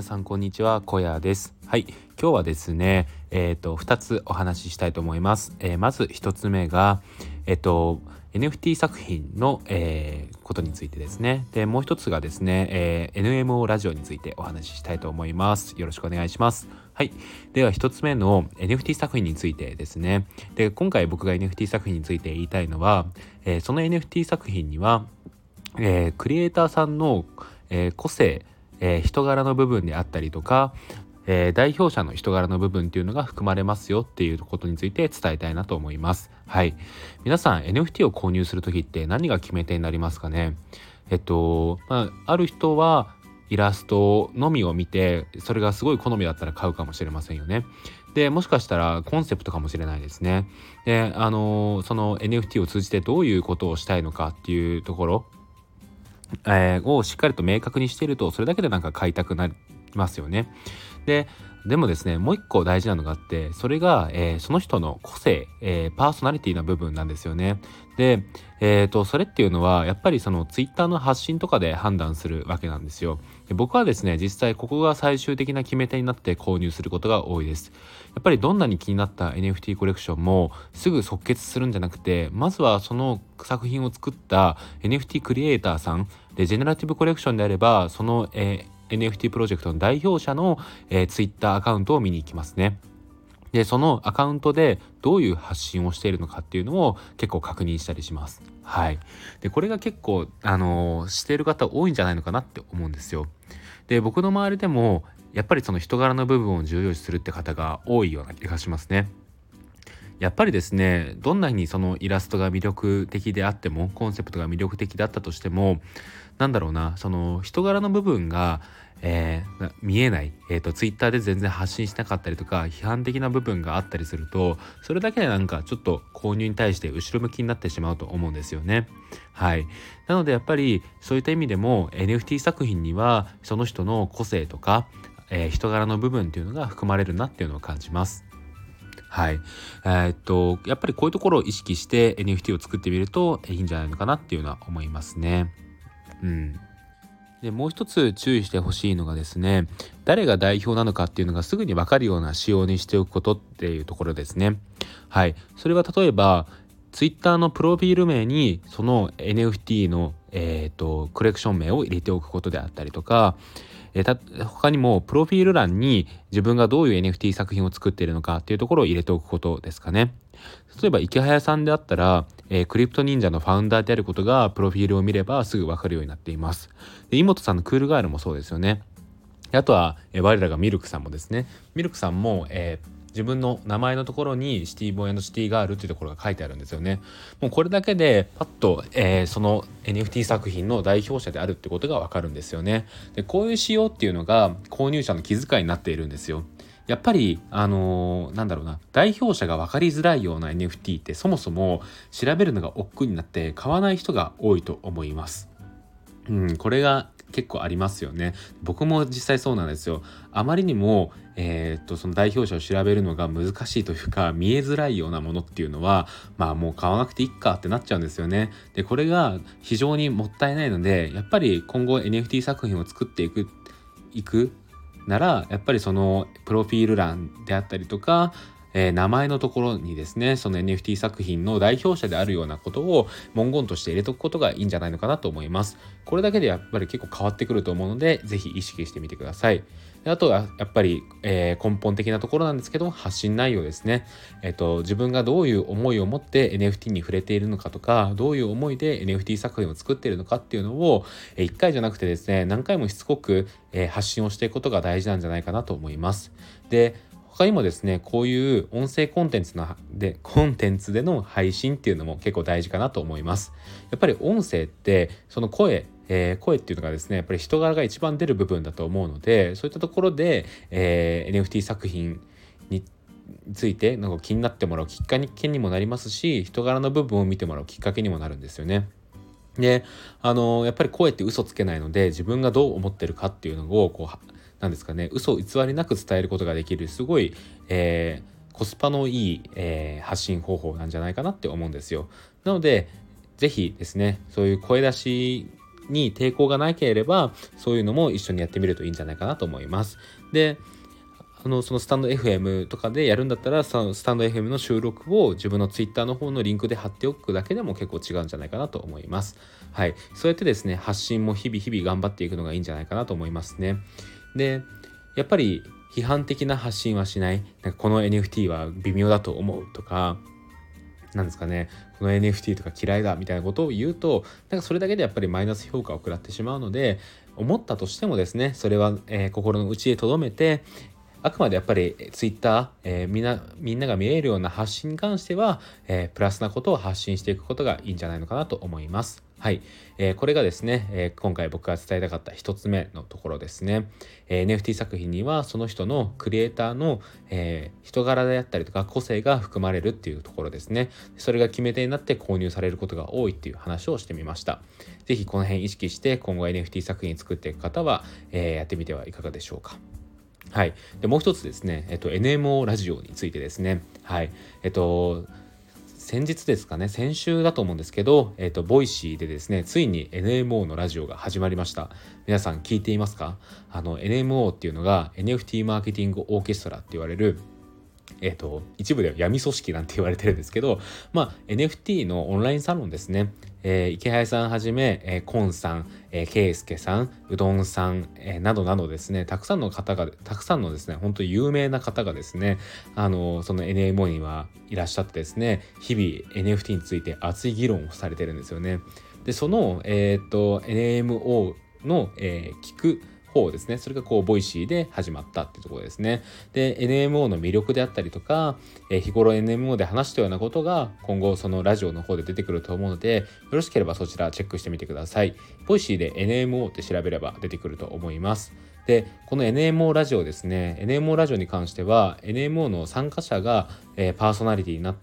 皆さんこんにちは、小屋です。はい、今日はですね、2つお話ししたいと思います。まず1つ目が、NFT 作品の、ことについてですね。で、もう一つがですね、NMO ラジオについてお話ししたいと思います。よろしくお願いします。はい。では1つ目の NFT 作品についてですね。で、今回僕が NFT 作品について言いたいのは、その NFT 作品には、クリエイターさんの、個性、人柄の部分であったりとか、代表者の人柄の部分っていうのが含まれますよっていうことについて伝えたいなと思います。はい。皆さん NFT を購入するときって何が決め手になりますかね。ある人はイラストのみを見てそれがすごい好みだったら買うかもしれませんよね。でもしかしたらコンセプトかもしれないですね。でその NFT を通じてどういうことをしたいのかっていうところをしっかりと明確にしているとそれだけでなんか買いたくなりますよね。でもですね、もう一個大事なのがあって、それが、その人の個性、パーソナリティな部分なんですよね。で、それっていうのはやっぱりそのツイッターの発信とかで判断するわけなんですよ。で、僕はですね、実際ここが最終的な決め手になって購入することが多いです。やっぱりどんなに気になった NFT コレクションもすぐ即決するんじゃなくて、まずはその作品を作った NFT クリエイターさんで、ジェネラティブコレクションであればその、NFT プロジェクトの代表者の、Twitter アカウントを見に行きますね。で、そのアカウントでどういう発信をしているのかっていうのを結構確認したりします。はい。で、これが結構、している方多いんじゃないのかなって思うんですよ。で、僕の周りでも、やっぱりその人柄の部分を重要視するって方が多いような気がしますね。やっぱりですね、どんなにそのイラストが魅力的であっても、コンセプトが魅力的だったとしても、なんだろうな、その人柄の部分が、見えない、ツイッターで全然発信しなかったりとか、批判的な部分があったりすると、それだけでなんかちょっと購入に対して後ろ向きになってしまうと思うんですよね。はい。なのでやっぱりそういった意味でも NFT 作品にはその人の個性とか、人柄の部分っていうのが含まれるなっていうのを感じます。はい。やっぱりこういうところを意識して NFT を作ってみるといいんじゃないのかなっていうのは思いますね。うん。で、もう一つ注意してほしいのがですね、誰が代表なのかっていうのがすぐに分かるような仕様にしておくことっていうところですね。はい。それは例えば、Twitter のプロフィール名にその NFT の、コレクション名を入れておくことであったりとか、他にもプロフィール欄に自分がどういう NFT 作品を作っているのかっていうところを入れておくことですかね。例えば池早さんであったら、クリプト忍者のファウンダーであることがプロフィールを見ればすぐ分かるようになっています。で、井本さんのクールガールもそうですよね。あとは、我らがミルクさんもですね。ミルクさんも、自分の名前のところにシティボーイ&シティガールっていうところが書いてあるんですよね。もうこれだけでパッと、その NFT 作品の代表者であるってことがわかるんですよね。で、こういう仕様っていうのが購入者の気遣いになっているんですよ。やっぱりなんだろうな、代表者が分かりづらいような NFT ってそもそも調べるのが億劫になって買わない人が多いと思います。これが結構ありますよね。僕も実際そうなんですよ。あまりにも、その代表者を調べるのが難しいというか、見えづらいようなものっていうのは、まあもう買わなくていいかってなっちゃうんですよね。で、これが非常にもったいないので、やっぱり今後 NFT 作品を作っていくなら、やっぱりそのプロフィール欄であったりとか、名前のところにですね、その NFT 作品の代表者であるようなことを文言として入れとくことがいいんじゃないのかなと思います。これだけでやっぱり結構変わってくると思うので、ぜひ意識してみてください。で、あとはやっぱり、根本的なところなんですけども、発信内容ですね。自分がどういう思いを持って NFT に触れているのかとか、どういう思いで NFT 作品を作っているのかっていうのを、1回じゃなくてですね、何回もしつこく、発信をしていくことが大事なんじゃないかなと思います。で、他にもですね、こういう音声コンテンツでの配信っていうのも結構大事かなと思います。やっぱり音声ってその声っていうのがですね、やっぱり人柄が一番出る部分だと思うので、そういったところで、NFT 作品についてなんか気になってもらうきっかけにもなりますし、人柄の部分を見てもらうきっかけにもなるんですよね。で、やっぱり声って嘘つけないので、自分がどう思ってるかっていうのをなんですかね、嘘偽りなく伝えることができるすごい、コスパのいい、発信方法なんじゃないかなって思うんですよ。なのでぜひですね、そういう声出しに抵抗がなければそういうのも一緒にやってみるといいんじゃないかなと思います。でそのスタンド FM とかでやるんだったらスタンド FM の収録を自分の Twitter の方のリンクで貼っておくだけでも結構違うんじゃないかなと思います。はい、そうやってですね発信も日々頑張っていくのがいいんじゃないかなと思いますね。でやっぱり批判的な発信はしない。なんかこの NFT は微妙だと思うとか、なんですかね、この NFT とか嫌いだみたいなことを言うと、なんかそれだけでやっぱりマイナス評価を食らってしまうので、思ったとしてもですねそれは、心の内へ留めて、あくまでやっぱりツイッター、みんなが見えるような発信に関しては、プラスなことを発信していくことがいいんじゃないのかなと思います。はい、これがですね、今回僕が伝えたかった一つ目のところですね。NFT 作品にはその人のクリエイターの、人柄であったりとか個性が含まれるっていうところですね。それが決め手になって購入されることが多いっていう話をしてみました。ぜひこの辺意識して今後 NFT 作品作っていく方は、やってみてはいかがでしょうか。はい、でもう一つですね、NMO ラジオについてですね。はい、先日ですかね、先週だと思うんですけど、ボイシーでですねついに NMO のラジオが始まりました。皆さん聞いていますか？NMO っていうのが NFT マーケティングオーケストラって言われる一部では闇組織なんて言われてるんですけど、NFT のオンラインサロンですね。池早さんはじめ、コンさん、ケイスケさん、うどんさん、などなどですね、たくさんのですね、本当に有名な方がですね、その NMO にはいらっしゃってですね、日々 NFT について熱い議論をされてるんですよね。で、その、NMO の、聞く方ですね、それがボイシーで始まったっていうところですね。で NMO の魅力であったりとか、日頃 NMO で話したようなことが今後そのラジオの方で出てくると思うので、よろしければそちらチェックしてみてください。ボイシーで NMO って調べれば出てくると思います。でこの NMO ラジオですね、 NMO ラジオに関しては NMO の参加者が、パーソナリティになって、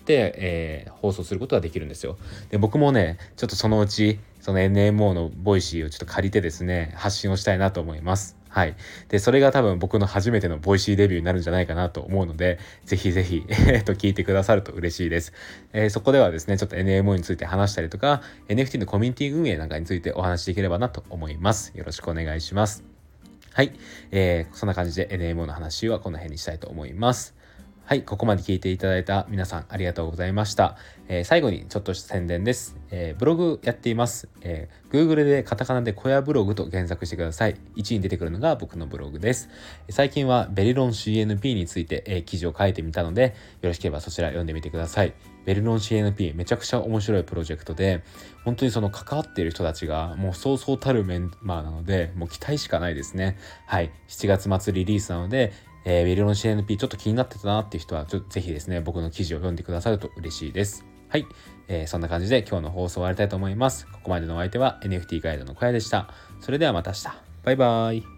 放送することができるんですよ。で僕もねちょっとそのうちその NMO のボイシーをちょっと借りてですね発信をしたいなと思います。はい、でそれが多分僕の初めてのボイシーデビューになるんじゃないかなと思うので、ぜひぜひ聞いてくださると嬉しいです。そこではですねちょっと NMO について話したりとか NFT のコミュニティ運営なんかについてお話しできればなと思います。よろしくお願いします。はい、そんな感じで NMO の話はこの辺にしたいと思います。はい、ここまで聞いていただいた皆さんありがとうございました。最後にちょっとした宣伝です。ブログやっています。Google でカタカナで小屋ブログと検索してください。1位に出てくるのが僕のブログです。最近はベリロン CNP について、記事を書いてみたので、よろしければそちら読んでみてください。ベリロン CNP めちゃくちゃ面白いプロジェクトで、本当にその関わっている人たちがもうそうそうたるメンバーなので、もう期待しかないですね。はい、7月末リリースなので、ベリロン CNP ちょっと気になってたなっていう人はぜひですね僕の記事を読んでくださると嬉しいです。はい、そんな感じで今日の放送を終わりたいと思います。ここまでのお相手は NFT ガイドの小屋でした。それではまた明日。バイバイ。